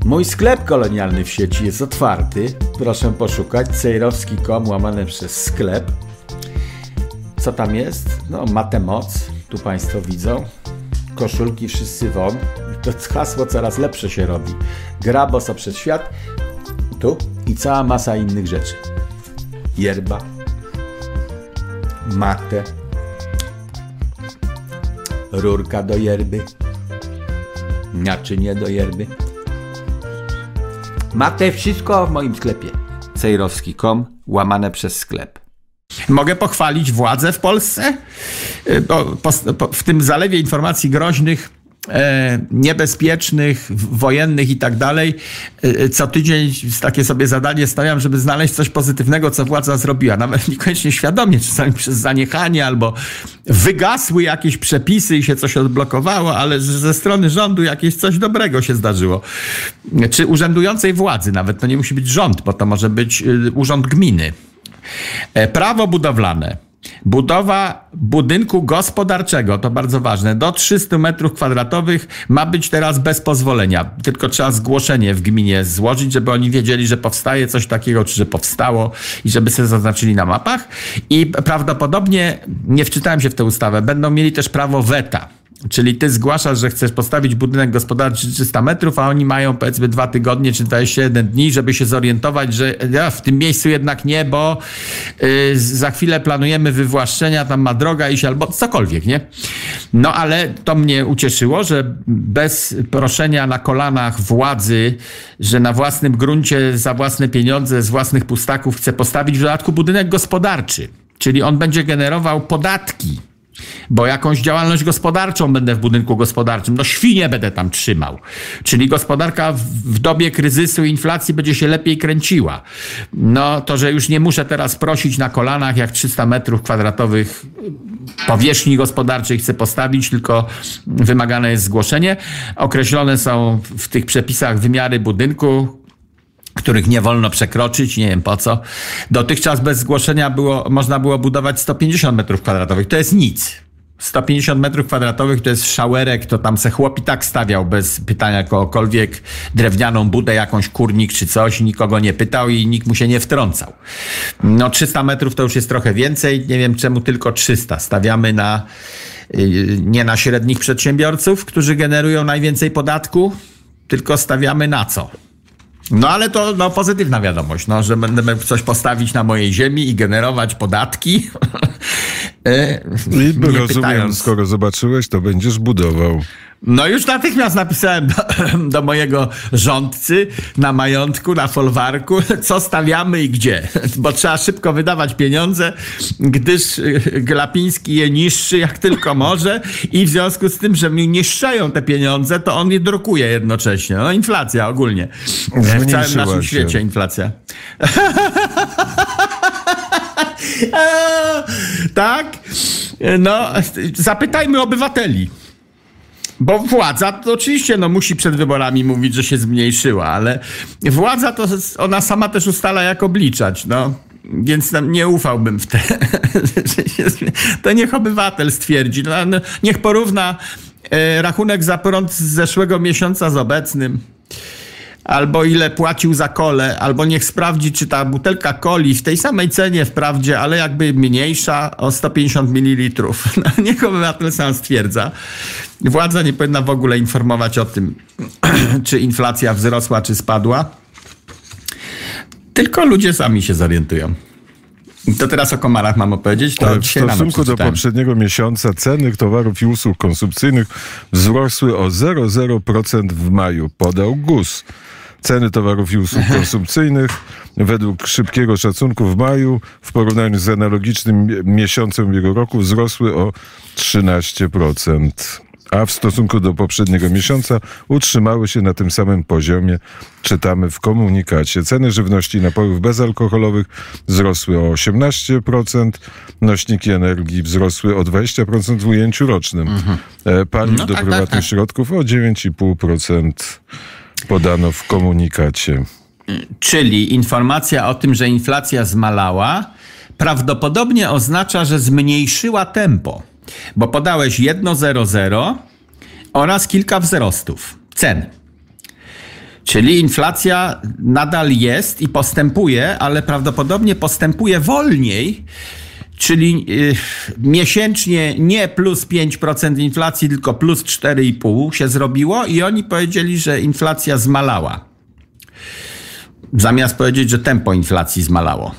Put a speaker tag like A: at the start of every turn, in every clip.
A: Mój sklep kolonialny w sieci jest otwarty. Proszę poszukać cejrowski.com/sklep. Co tam jest? No, Matę Moc. Tu Państwo widzą. Koszulki wszyscy won. To hasło coraz lepsze się robi. Gra boso przed świat. Tu i cała masa innych rzeczy. Yerba. Matę. Rurka do yerby. Naczynie do yerby. Matę, wszystko w moim sklepie. cejrowski.com/sklep.
B: Mogę pochwalić władzę w Polsce? W tym zalewie informacji groźnych, niebezpiecznych, wojennych i tak dalej, co tydzień takie sobie zadanie stawiam, żeby znaleźć coś pozytywnego, co władza zrobiła. Nawet niekoniecznie świadomie, czasami przez zaniechanie albo wygasły jakieś przepisy i się coś odblokowało, ale ze strony rządu jakieś coś dobrego się zdarzyło. Czy urzędującej władzy nawet, to nie musi być rząd, bo to może być urząd gminy. Prawo budowlane. Budowa budynku gospodarczego, to bardzo ważne, do 300 m2 ma być teraz bez pozwolenia. Tylko trzeba zgłoszenie w gminie złożyć, żeby oni wiedzieli, że powstaje coś takiego, czy że powstało i żeby sobie zaznaczyli na mapach. I prawdopodobnie, nie wczytałem się w tę ustawę, będą mieli też prawo weta. Czyli ty zgłaszasz, że chcesz postawić budynek gospodarczy 300 metrów, a oni mają powiedzmy 2 tygodnie czy 21 dni, żeby się zorientować, że w tym miejscu jednak nie, bo za chwilę planujemy wywłaszczenia, tam ma droga iść albo cokolwiek, nie? No ale to mnie ucieszyło, że bez proszenia na kolanach władzy, że na własnym gruncie, za własne pieniądze, z własnych pustaków chce postawić w dodatku budynek gospodarczy. Czyli on będzie generował podatki. Bo jakąś działalność gospodarczą będę w budynku gospodarczym, no świnie będę tam trzymał. Czyli gospodarka w dobie kryzysu i inflacji będzie się lepiej kręciła. No to, że już nie muszę teraz prosić na kolanach, jak 300 m2 powierzchni gospodarczej chcę postawić, tylko wymagane jest zgłoszenie. Określone są w tych przepisach wymiary budynku, których nie wolno przekroczyć, nie wiem po co. Dotychczas bez zgłoszenia można było budować 150 m2. To jest nic. 150 m2 to jest szałerek, to tam se chłop i tak stawiał bez pytania kogokolwiek, drewnianą budę, jakąś kurnik czy coś, nikogo nie pytał i nikt mu się nie wtrącał. No 300 metrów to już jest trochę więcej, nie wiem czemu tylko 300. Stawiamy nie na średnich przedsiębiorców, którzy generują najwięcej podatku, tylko stawiamy na co? No ale to pozytywna wiadomość, że będę coś postawić na mojej ziemi i generować podatki.
C: I rozumiem, skoro zobaczyłeś, to będziesz budował.
B: No już natychmiast napisałem do mojego rządcy na majątku, na folwarku, co stawiamy i gdzie. Bo trzeba szybko wydawać pieniądze, gdyż Glapiński je niszczy jak tylko może i w związku z tym, że mi niszczają te pieniądze, to on je drukuje jednocześnie. No inflacja ogólnie. W całym naszym świecie inflacja. Tak? No, zapytajmy obywateli. Bo władza to oczywiście musi przed wyborami mówić, że się zmniejszyła, ale władza to ona sama też ustala, jak obliczać. Więc nie ufałbym w te. To niech obywatel stwierdzi. Niech porówna rachunek za prąd z zeszłego miesiąca z obecnym. Albo ile płacił za kolę, albo niech sprawdzi, czy ta butelka coli w tej samej cenie wprawdzie, ale jakby mniejsza o 150 ml. Niech obywatel sam stwierdza. Władza nie powinna w ogóle informować o tym, czy inflacja wzrosła, czy spadła. Tylko ludzie sami się zorientują. I to teraz o komarach mam opowiedzieć. To
C: w stosunku do poprzedniego miesiąca ceny towarów i usług konsumpcyjnych wzrosły o 0,0% w maju, podał GUS. Ceny towarów i usług konsumpcyjnych według szybkiego szacunku w maju w porównaniu z analogicznym miesiącem ubiegłego roku wzrosły o 13%. A w stosunku do poprzedniego miesiąca utrzymały się na tym samym poziomie, czytamy w komunikacie. Ceny żywności i napojów bezalkoholowych wzrosły o 18%, nośniki energii wzrosły o 20% w ujęciu rocznym. Paliw do prywatnych środków o 9,5% podano w komunikacie.
B: Czyli informacja o tym, że inflacja zmalała, prawdopodobnie oznacza, że zmniejszyła tempo. Bo podałeś 1,00 oraz kilka wzrostów cen. Czyli inflacja nadal jest i postępuje, ale prawdopodobnie postępuje wolniej, czyli miesięcznie nie plus 5% inflacji, tylko plus 4,5% się zrobiło i oni powiedzieli, że inflacja zmalała. Zamiast powiedzieć, że tempo inflacji zmalało.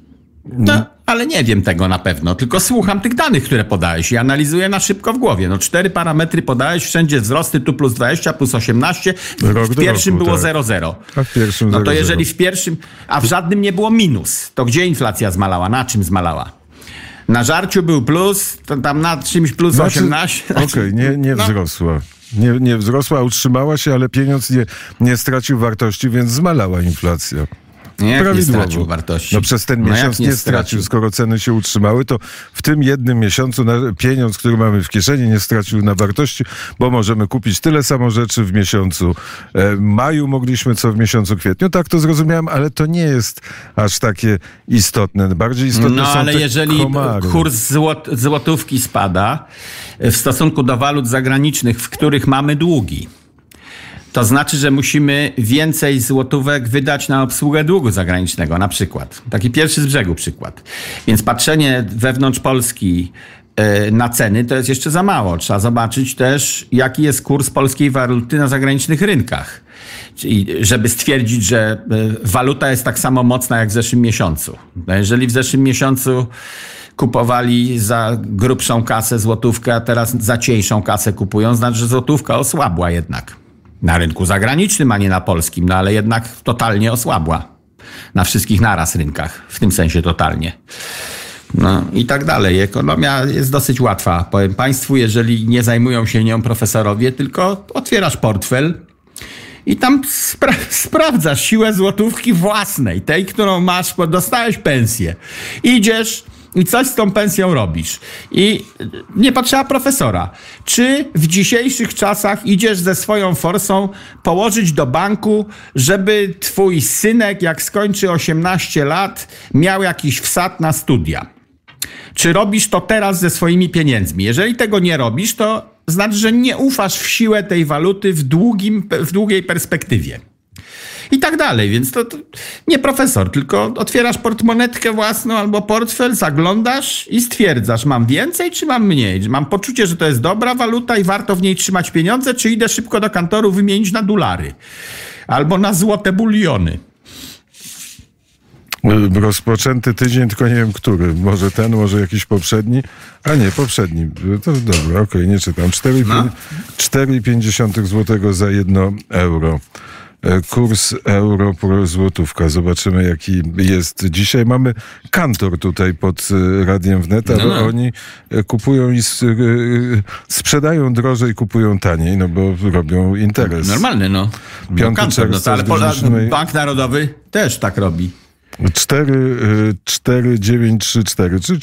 B: No, ale nie wiem tego na pewno, tylko słucham tych danych, które podałeś i analizuję na szybko w głowie. 4 parametry podałeś, wszędzie wzrosty, tu plus 20, plus 18, w pierwszym było 0,0.
C: A w pierwszym 0,0.
B: No to jeżeli w pierwszym, a w żadnym nie było minus, to gdzie inflacja zmalała? Na czym zmalała? Na żarciu był plus, to tam na czymś plus 18.
C: Okej, nie wzrosła. Nie wzrosła, utrzymała się, ale pieniądz nie stracił wartości, więc zmalała inflacja.
B: Nie stracił wartości.
C: No przez ten miesiąc nie stracił. Skoro ceny się utrzymały, to w tym jednym miesiącu pieniądz, który mamy w kieszeni, nie stracił na wartości, bo możemy kupić tyle samo rzeczy w miesiącu maju mogliśmy, co w miesiącu kwietniu. Tak to zrozumiałem, ale to nie jest aż takie istotne. Bardziej istotne są
B: ale
C: te
B: jeżeli
C: komary.
B: kurs złotówki spada w stosunku do walut zagranicznych, w których mamy długi, to znaczy, że musimy więcej złotówek wydać na obsługę długu zagranicznego, na przykład. Taki pierwszy z brzegu przykład. Więc patrzenie wewnątrz Polski na ceny to jest jeszcze za mało. Trzeba zobaczyć też, jaki jest kurs polskiej waluty na zagranicznych rynkach. Czyli żeby stwierdzić, że waluta jest tak samo mocna jak w zeszłym miesiącu. No jeżeli w zeszłym miesiącu kupowali za grubszą kasę złotówkę, a teraz za cieńszą kasę kupują, znaczy, że złotówka osłabła jednak. Na rynku zagranicznym, a nie na polskim, no ale jednak totalnie osłabła. Na wszystkich naraz rynkach, w tym sensie totalnie. No i tak dalej. Ekonomia jest dosyć łatwa, powiem państwu, jeżeli nie zajmują się nią profesorowie, tylko otwierasz portfel i tam sprawdzasz siłę złotówki własnej, tej, którą masz, bo dostałeś pensję. Idziesz i coś z tą pensją robisz. I nie potrzeba profesora. Czy w dzisiejszych czasach idziesz ze swoją forsą położyć do banku, żeby twój synek, jak skończy 18 lat, miał jakiś wsad na studia? Czy robisz to teraz ze swoimi pieniędzmi? Jeżeli tego nie robisz, to znaczy, że nie ufasz w siłę tej waluty w długiej perspektywie. I tak dalej, więc to nie profesor, tylko otwierasz portmonetkę własną albo portfel, zaglądasz i stwierdzasz, mam więcej czy mam mniej? Mam poczucie, że to jest dobra waluta i warto w niej trzymać pieniądze, czy idę szybko do kantoru wymienić na dolary albo na złote buliony.
C: Rozpoczęty tydzień, tylko nie wiem który. Może ten, może jakiś poprzedni. A nie, poprzedni. To dobra, okej, nie czytam. 4,50 zł za 1 euro. Kurs euro pro złotówka. Zobaczymy, jaki jest dzisiaj. Mamy kantor tutaj pod Radiem Wnet, ale oni kupują i sprzedają drożej, kupują taniej, no bo robią interes.
B: Normalny, no.
C: Piąty
B: kantor, ale Bank Narodowy też tak robi.
C: 4,934 czy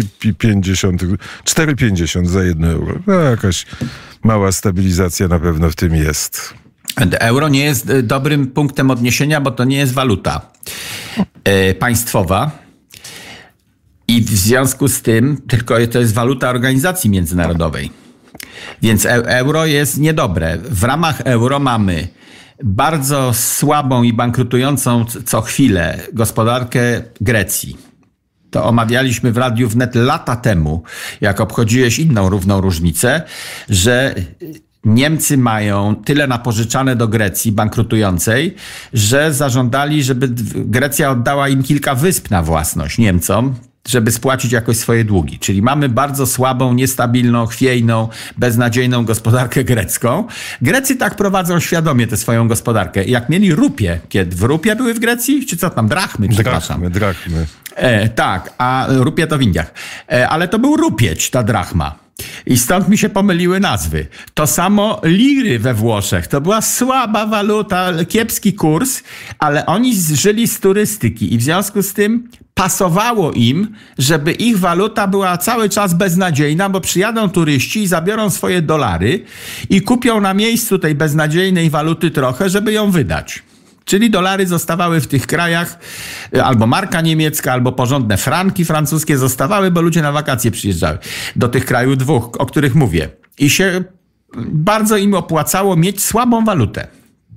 C: 4,50 za 1 euro. No, jakaś mała stabilizacja na pewno w tym jest.
B: Euro nie jest dobrym punktem odniesienia, bo to nie jest waluta państwowa i w związku z tym tylko to jest waluta organizacji międzynarodowej. Więc euro jest niedobre. W ramach euro mamy bardzo słabą i bankrutującą co chwilę gospodarkę Grecji. To omawialiśmy w Radiu Wnet lata temu, jak obchodziłeś inną równą różnicę, że Niemcy mają tyle napożyczane do Grecji bankrutującej, że zażądali, żeby Grecja oddała im kilka wysp na własność Niemcom, żeby spłacić jakoś swoje długi. Czyli mamy bardzo słabą, niestabilną, chwiejną, beznadziejną gospodarkę grecką. Grecy tak prowadzą świadomie tę swoją gospodarkę. Jak mieli rupie, kiedy w rupie były w Grecji? Czy co tam? Drachmy, przepraszam.
C: Drachmy.
B: Tak, a rupie to w Indiach. Ale to był rupieć, ta drachma. I stąd mi się pomyliły nazwy. To samo liry we Włoszech. To była słaba waluta, kiepski kurs, ale oni żyli z turystyki i w związku z tym pasowało im, żeby ich waluta była cały czas beznadziejna, bo przyjadą turyści i zabiorą swoje dolary i kupią na miejscu tej beznadziejnej waluty trochę, żeby ją wydać. Czyli dolary zostawały w tych krajach, albo marka niemiecka, albo porządne franki francuskie zostawały, bo ludzie na wakacje przyjeżdżały do tych krajów dwóch, o których mówię. I się bardzo im opłacało mieć słabą walutę.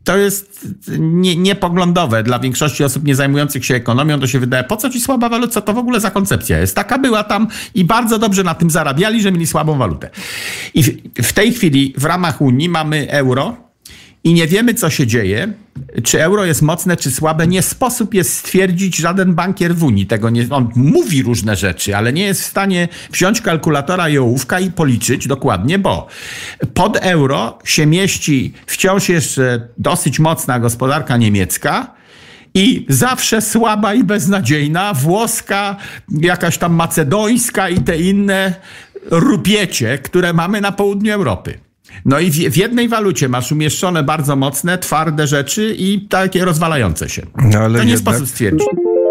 B: to jest niepoglądowe. Dla większości osób nie zajmujących się ekonomią to się wydaje, po co ci słaba waluta, co to w ogóle za koncepcja jest. Taka była tam i bardzo dobrze na tym zarabiali, że mieli słabą walutę. I w tej chwili w ramach Unii mamy euro i nie wiemy, co się dzieje, czy euro jest mocne, czy słabe. Nie sposób jest stwierdzić, żaden bankier w Unii tego nie... On mówi różne rzeczy, ale nie jest w stanie wziąć kalkulatora i ołówka i policzyć dokładnie, bo pod euro się mieści wciąż jeszcze dosyć mocna gospodarka niemiecka i zawsze słaba i beznadziejna włoska, jakaś tam macedońska i te inne rupiecie, które mamy na południu Europy. No i w jednej walucie masz umieszczone bardzo mocne, twarde rzeczy i takie rozwalające się.
C: Ale
B: to nie sposób stwierdzić.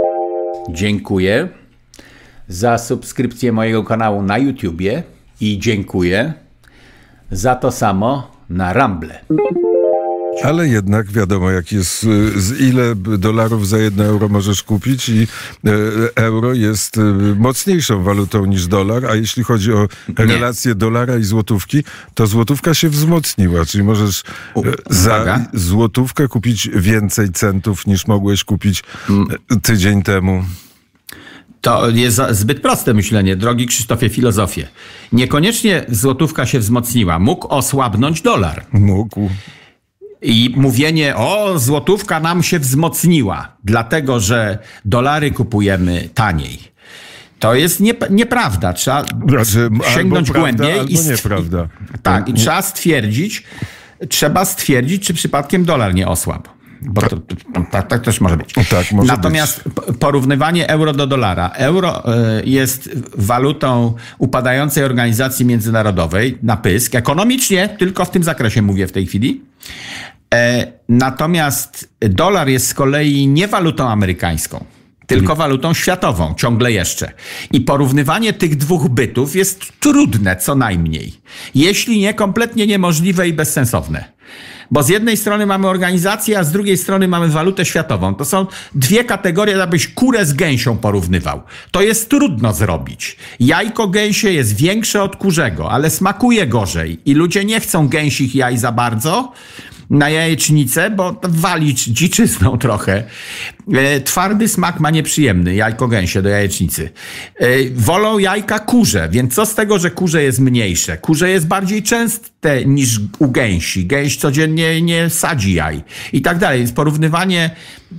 A: Dziękuję za subskrypcję mojego kanału na YouTubie i dziękuję za to samo na Rumble.
C: Ale jednak wiadomo, jak jest, ile dolarów za 1 euro możesz kupić i euro jest mocniejszą walutą niż dolar, a jeśli chodzi o relację dolara i złotówki, to złotówka się wzmocniła, czyli możesz za złotówkę kupić więcej centów niż mogłeś kupić tydzień temu.
B: To jest zbyt proste myślenie, drogi Krzysztofie Filozofie. Niekoniecznie złotówka się wzmocniła, mógł osłabnąć dolar.
C: Mógł.
B: I mówienie, złotówka nam się wzmocniła, dlatego że dolary kupujemy taniej. To jest nieprawda. Trzeba sięgnąć głębiej.
C: Nieprawda.
B: Tak, i trzeba stwierdzić, czy przypadkiem dolar nie osłabł. Bo tak też może być.
C: Tak, może
B: Natomiast porównywanie euro do dolara. Euro jest walutą upadającej organizacji międzynarodowej na pysk. Ekonomicznie tylko w tym zakresie mówię w tej chwili. Natomiast dolar jest z kolei nie walutą amerykańską, tylko walutą światową, ciągle jeszcze. I porównywanie tych dwóch bytów jest trudne co najmniej. Jeśli nie kompletnie niemożliwe i bezsensowne. Bo z jednej strony mamy organizację, a z drugiej strony mamy walutę światową. To są dwie kategorie, abyś kurę z gęsią porównywał. To jest trudno zrobić. Jajko gęsie jest większe od kurzego, ale smakuje gorzej. I ludzie nie chcą gęsich jaj za bardzo na jajecznicę, bo wali dziczyzną trochę. Twardy smak ma nieprzyjemny, jajko gęsie do jajecznicy. Wolą jajka kurze, więc co z tego, że kurze jest mniejsze? Kurze jest bardziej częste niż u gęsi. Gęś codziennie nie sadzi jaj i tak dalej. Więc porównywanie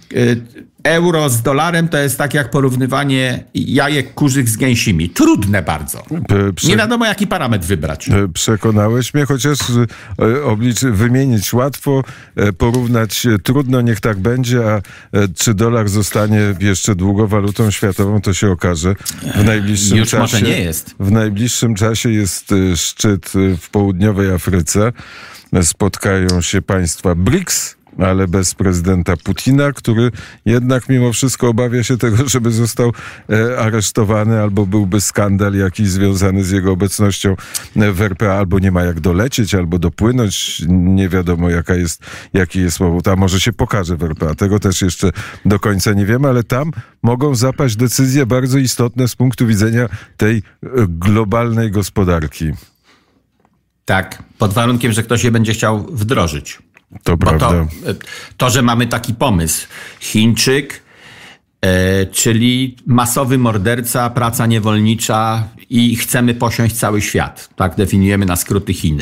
B: euro z dolarem to jest tak jak porównywanie jajek kurzych z gęsimi. Trudne bardzo. Nie wiadomo, jaki parametr wybrać.
C: Przekonałeś mnie, chociaż wymienić łatwo, porównać trudno, niech tak będzie, a czy dolar zostanie jeszcze długo walutą światową, to się okaże. W najbliższym
B: Już
C: czasie,
B: może nie jest.
C: W najbliższym czasie jest szczyt w południowej Afryce. Spotkają się państwa BRICS, ale bez prezydenta Putina, który jednak mimo wszystko obawia się tego, żeby został aresztowany, albo byłby skandal jakiś związany z jego obecnością w RPA, albo nie ma jak dolecieć, albo dopłynąć. Nie wiadomo, jaki jest powód. A może się pokaże w RPA. Tego też jeszcze do końca nie wiemy, ale tam mogą zapaść decyzje bardzo istotne z punktu widzenia tej globalnej gospodarki.
B: Tak, pod warunkiem, że ktoś je będzie chciał wdrożyć.
C: To prawda.
B: To, że mamy taki pomysł. Chińczyk, czyli masowy morderca, praca niewolnicza i chcemy posiąść cały świat. Tak definiujemy na skróty Chiny.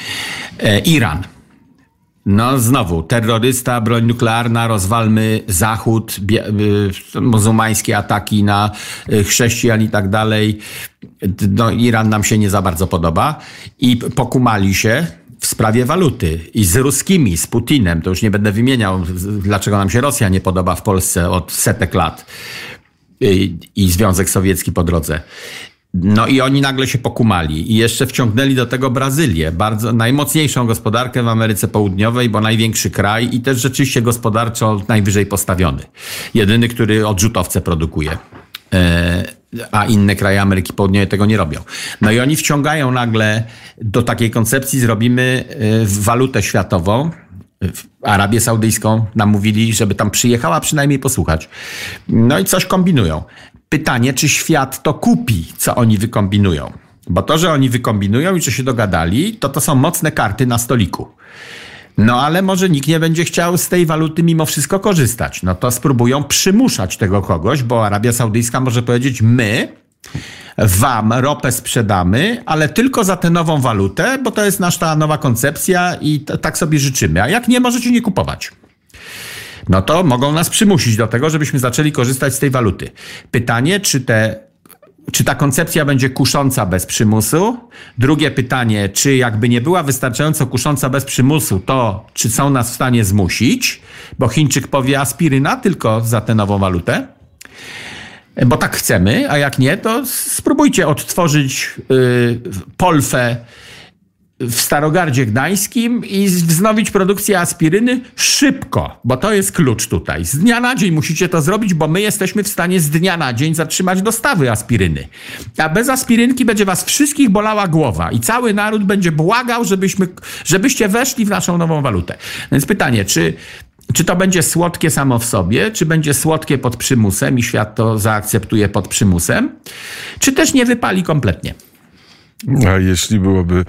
B: Iran. No znowu, terrorysta, broń nuklearna, rozwalmy Zachód, muzułmańskie ataki na chrześcijan i tak dalej. No, Iran nam się nie za bardzo podoba i pokumali się w sprawie waluty i z ruskimi, z Putinem, to już nie będę wymieniał, dlaczego nam się Rosja nie podoba w Polsce od setek lat i Związek Sowiecki po drodze. No i oni nagle się pokumali i jeszcze wciągnęli do tego Brazylię, bardzo najmocniejszą gospodarkę w Ameryce Południowej, bo największy kraj i też rzeczywiście gospodarczo najwyżej postawiony. Jedyny, który odrzutowce produkuje. A inne kraje Ameryki Południowej tego nie robią. No i oni wciągają nagle do takiej koncepcji, zrobimy walutę światową, Arabię Saudyjską nam mówili, żeby tam przyjechała przynajmniej posłuchać. No i coś kombinują. Pytanie, czy świat to kupi, co oni wykombinują. Bo to, że oni wykombinują i że się dogadali, to są mocne karty na stoliku. No ale może nikt nie będzie chciał z tej waluty mimo wszystko korzystać. No to spróbują przymuszać tego kogoś, bo Arabia Saudyjska może powiedzieć: my wam ropę sprzedamy, ale tylko za tę nową walutę, bo to jest nasza nowa koncepcja i tak sobie życzymy. A jak nie, możecie nie kupować. No to mogą nas przymusić do tego, żebyśmy zaczęli korzystać z tej waluty. Pytanie, czy ta koncepcja będzie kusząca bez przymusu? Drugie pytanie, czy jakby nie była wystarczająco kusząca bez przymusu, to czy są nas w stanie zmusić? Bo Chińczyk powie: aspiryna tylko za tę nową walutę. Bo tak chcemy, a jak nie, to spróbujcie odtworzyć Polfę w Starogardzie Gdańskim i wznowić produkcję aspiryny szybko, bo to jest klucz tutaj. Z dnia na dzień musicie to zrobić, bo my jesteśmy w stanie z dnia na dzień zatrzymać dostawy aspiryny. A bez aspirynki będzie was wszystkich bolała głowa i cały naród będzie błagał, żebyście weszli w naszą nową walutę. Więc pytanie, czy to będzie słodkie samo w sobie, czy będzie słodkie pod przymusem i świat to zaakceptuje pod przymusem, czy też nie wypali kompletnie?
C: A jeśli byłoby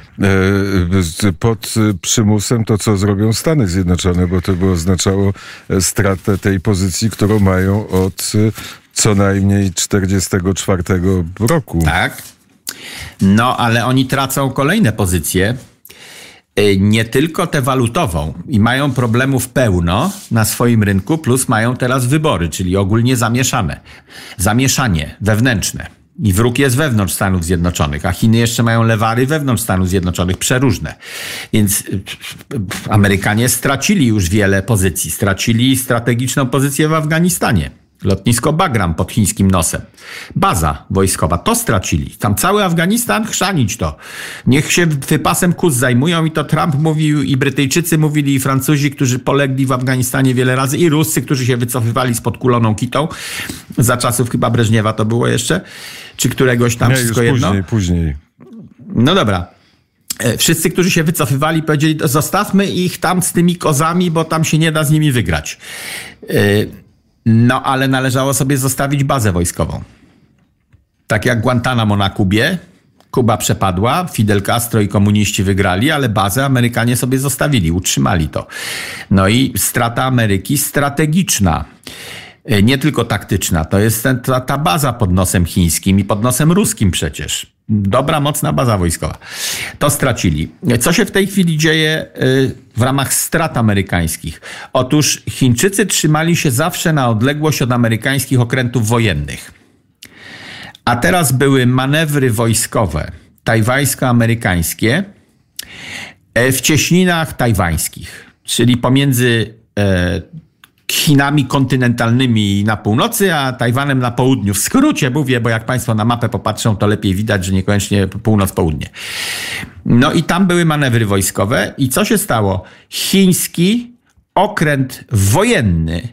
C: pod przymusem, to co zrobią Stany Zjednoczone, bo to by oznaczało stratę tej pozycji, którą mają od co najmniej 1944 roku.
B: Tak. No, ale oni tracą kolejne pozycje, nie tylko tę walutową, i mają problemów pełno na swoim rynku, plus mają teraz wybory, czyli ogólnie zamieszanie wewnętrzne. I wróg jest wewnątrz Stanów Zjednoczonych, a Chiny jeszcze mają lewary wewnątrz Stanów Zjednoczonych, przeróżne. Więc Amerykanie stracili już wiele pozycji. Stracili strategiczną pozycję w Afganistanie. Lotnisko Bagram pod chińskim nosem. Baza wojskowa. To stracili. Tam cały Afganistan, chrzanić to. Niech się wypasem kus zajmują i to Trump mówił, i Brytyjczycy mówili, i Francuzi, którzy polegli w Afganistanie wiele razy, i Ruscy, którzy się wycofywali z podkuloną kitą. Za czasów chyba Breżniewa to było jeszcze. Czy któregoś tam,
C: nie,
B: wszystko
C: już
B: jedno?
C: Później.
B: No dobra. Wszyscy, którzy się wycofywali, powiedzieli: zostawmy ich tam z tymi kozami, bo tam się nie da z nimi wygrać. No, ale należało sobie zostawić bazę wojskową. Tak jak Guantanamo na Kubie. Kuba przepadła, Fidel Castro i komuniści wygrali, ale bazę Amerykanie sobie zostawili, utrzymali to. No i strata Ameryki strategiczna. Nie tylko taktyczna. To jest ta baza pod nosem chińskim i pod nosem ruskim przecież. Dobra, mocna baza wojskowa. To stracili. Co się w tej chwili dzieje w ramach strat amerykańskich? Otóż Chińczycy trzymali się zawsze na odległość od amerykańskich okrętów wojennych. A teraz były manewry wojskowe tajwańsko-amerykańskie w cieśninach tajwańskich, czyli pomiędzy Chinami kontynentalnymi na północy, a Tajwanem na południu. W skrócie mówię, bo jak państwo na mapę popatrzą, to lepiej widać, że niekoniecznie północ-południe. No i tam były manewry wojskowe. I co się stało? Chiński okręt wojenny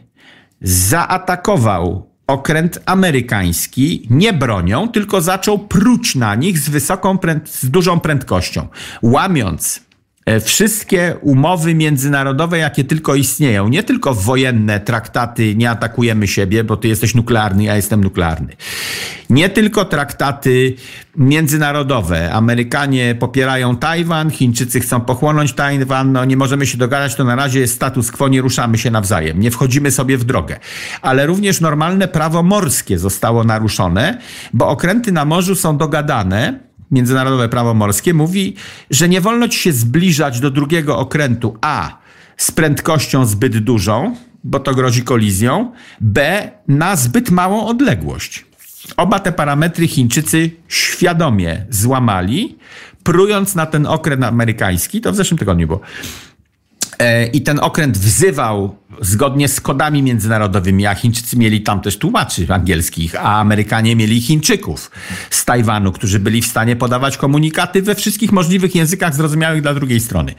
B: zaatakował okręt amerykański nie bronią, tylko zaczął pruć na nich z dużą prędkością, łamiąc wszystkie umowy międzynarodowe, jakie tylko istnieją. Nie tylko wojenne traktaty, nie atakujemy siebie, bo ty jesteś nuklearny, ja jestem nuklearny. Nie tylko traktaty międzynarodowe. Amerykanie popierają Tajwan, Chińczycy chcą pochłonąć Tajwan, no nie możemy się dogadać, to na razie jest status quo, nie ruszamy się nawzajem, nie wchodzimy sobie w drogę. Ale również normalne prawo morskie zostało naruszone, bo okręty na morzu są dogadane. Międzynarodowe prawo morskie mówi, że nie wolno ci się zbliżać do drugiego okrętu A z prędkością zbyt dużą, bo to grozi kolizją, B na zbyt małą odległość. Oba te parametry Chińczycy świadomie złamali, prując na ten okręt amerykański, to w zeszłym tygodniu było. I ten okręt wzywał zgodnie z kodami międzynarodowymi, a Chińczycy mieli tam też tłumaczy angielskich, a Amerykanie mieli Chińczyków z Tajwanu, którzy byli w stanie podawać komunikaty we wszystkich możliwych językach zrozumiałych dla drugiej strony.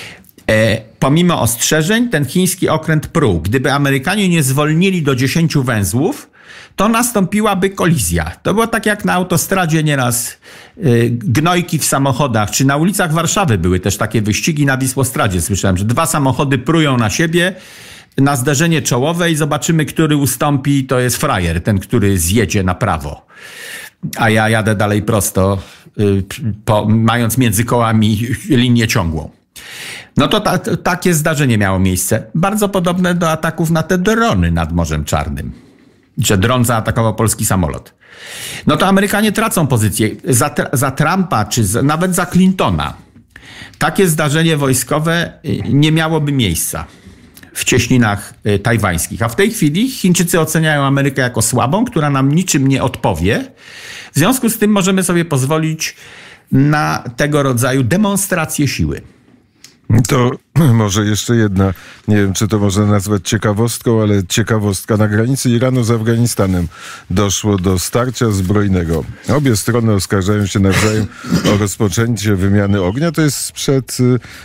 B: Pomimo ostrzeżeń ten chiński okręt pruł. Gdyby Amerykanie nie zwolnili do 10 węzłów, to nastąpiłaby kolizja. To było tak jak na autostradzie nieraz gnojki w samochodach, czy na ulicach Warszawy były też takie wyścigi na Wisłostradzie. Słyszałem, że 2 samochody prują na siebie na zderzenie czołowe i zobaczymy, który ustąpi, to jest frajer, ten, który zjedzie na prawo. A ja jadę dalej prosto, mając między kołami linię ciągłą. No to takie zdarzenie miało miejsce. Bardzo podobne do ataków na te drony nad Morzem Czarnym. Że dron zaatakował polski samolot. No to Amerykanie tracą pozycję. Za Trumpa, czy nawet za Clintona takie zdarzenie wojskowe nie miałoby miejsca w cieśninach tajwańskich. A w tej chwili Chińczycy oceniają Amerykę jako słabą, która nam niczym nie odpowie. W związku z tym możemy sobie pozwolić na tego rodzaju demonstrację siły.
C: To może jeszcze jedna, nie wiem, czy to można nazwać ciekawostką, ale ciekawostka. Na granicy Iranu z Afganistanem doszło do starcia zbrojnego. Obie strony oskarżają się nawzajem o rozpoczęcie wymiany ognia. To jest sprzed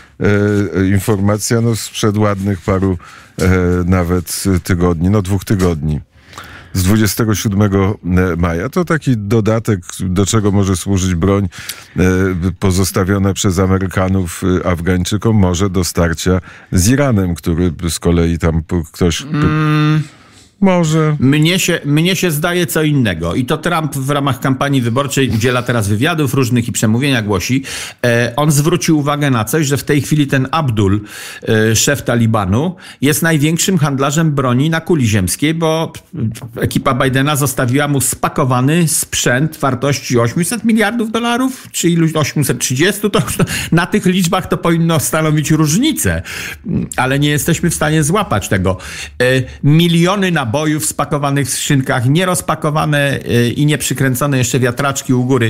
C: informacja, sprzed ładnych paru nawet tygodni, 2 tygodni. Z 27 maja. To taki dodatek, do czego może służyć broń pozostawiona przez Amerykanów Afgańczykom, może do starcia z Iranem, który z kolei tam ktoś... Może.
B: Mnie się zdaje co innego. I to Trump w ramach kampanii wyborczej udziela teraz wywiadów różnych i przemówienia głosi. On zwrócił uwagę na coś, że w tej chwili ten Abdul, szef Talibanu, jest największym handlarzem broni na kuli ziemskiej, bo ekipa Bidena zostawiła mu spakowany sprzęt wartości $800 miliardów, czy iluś 830, to na tych liczbach to powinno stanowić różnicę, ale nie jesteśmy w stanie złapać tego. Miliony nabojów spakowanych w skrzynkach, nierozpakowane i nieprzykręcone jeszcze wiatraczki u góry,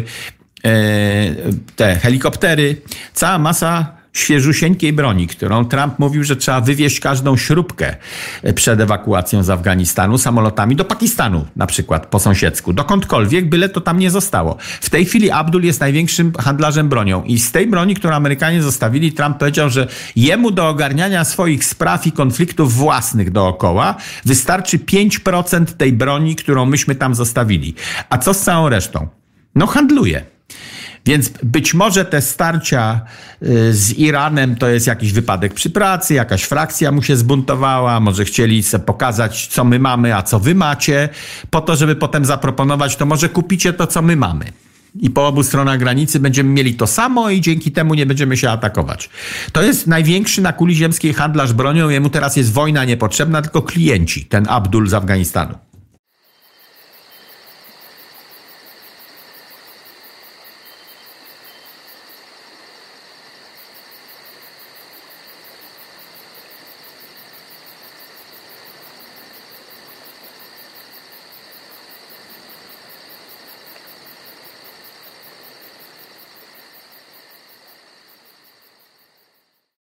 B: te helikoptery, cała masa świeżusieńkiej broni, którą Trump mówił, że trzeba wywieźć każdą śrubkę przed ewakuacją z Afganistanu samolotami do Pakistanu, na przykład po sąsiedzku, dokądkolwiek, byle to tam nie zostało. W tej chwili Abdul jest największym handlarzem bronią i z tej broni, którą Amerykanie zostawili, Trump powiedział, że jemu do ogarniania swoich spraw i konfliktów własnych dookoła wystarczy 5% tej broni, którą myśmy tam zostawili. A co z całą resztą? No handluje. Więc być może te starcia z Iranem to jest jakiś wypadek przy pracy, jakaś frakcja mu się zbuntowała, może chcieli sobie pokazać, co my mamy, a co wy macie, po to, żeby potem zaproponować, to może kupicie to, co my mamy. I po obu stronach granicy będziemy mieli to samo i dzięki temu nie będziemy się atakować. To jest największy na kuli ziemskiej handlarz bronią, jemu teraz jest wojna niepotrzebna, tylko klienci, ten Abdul z Afganistanu.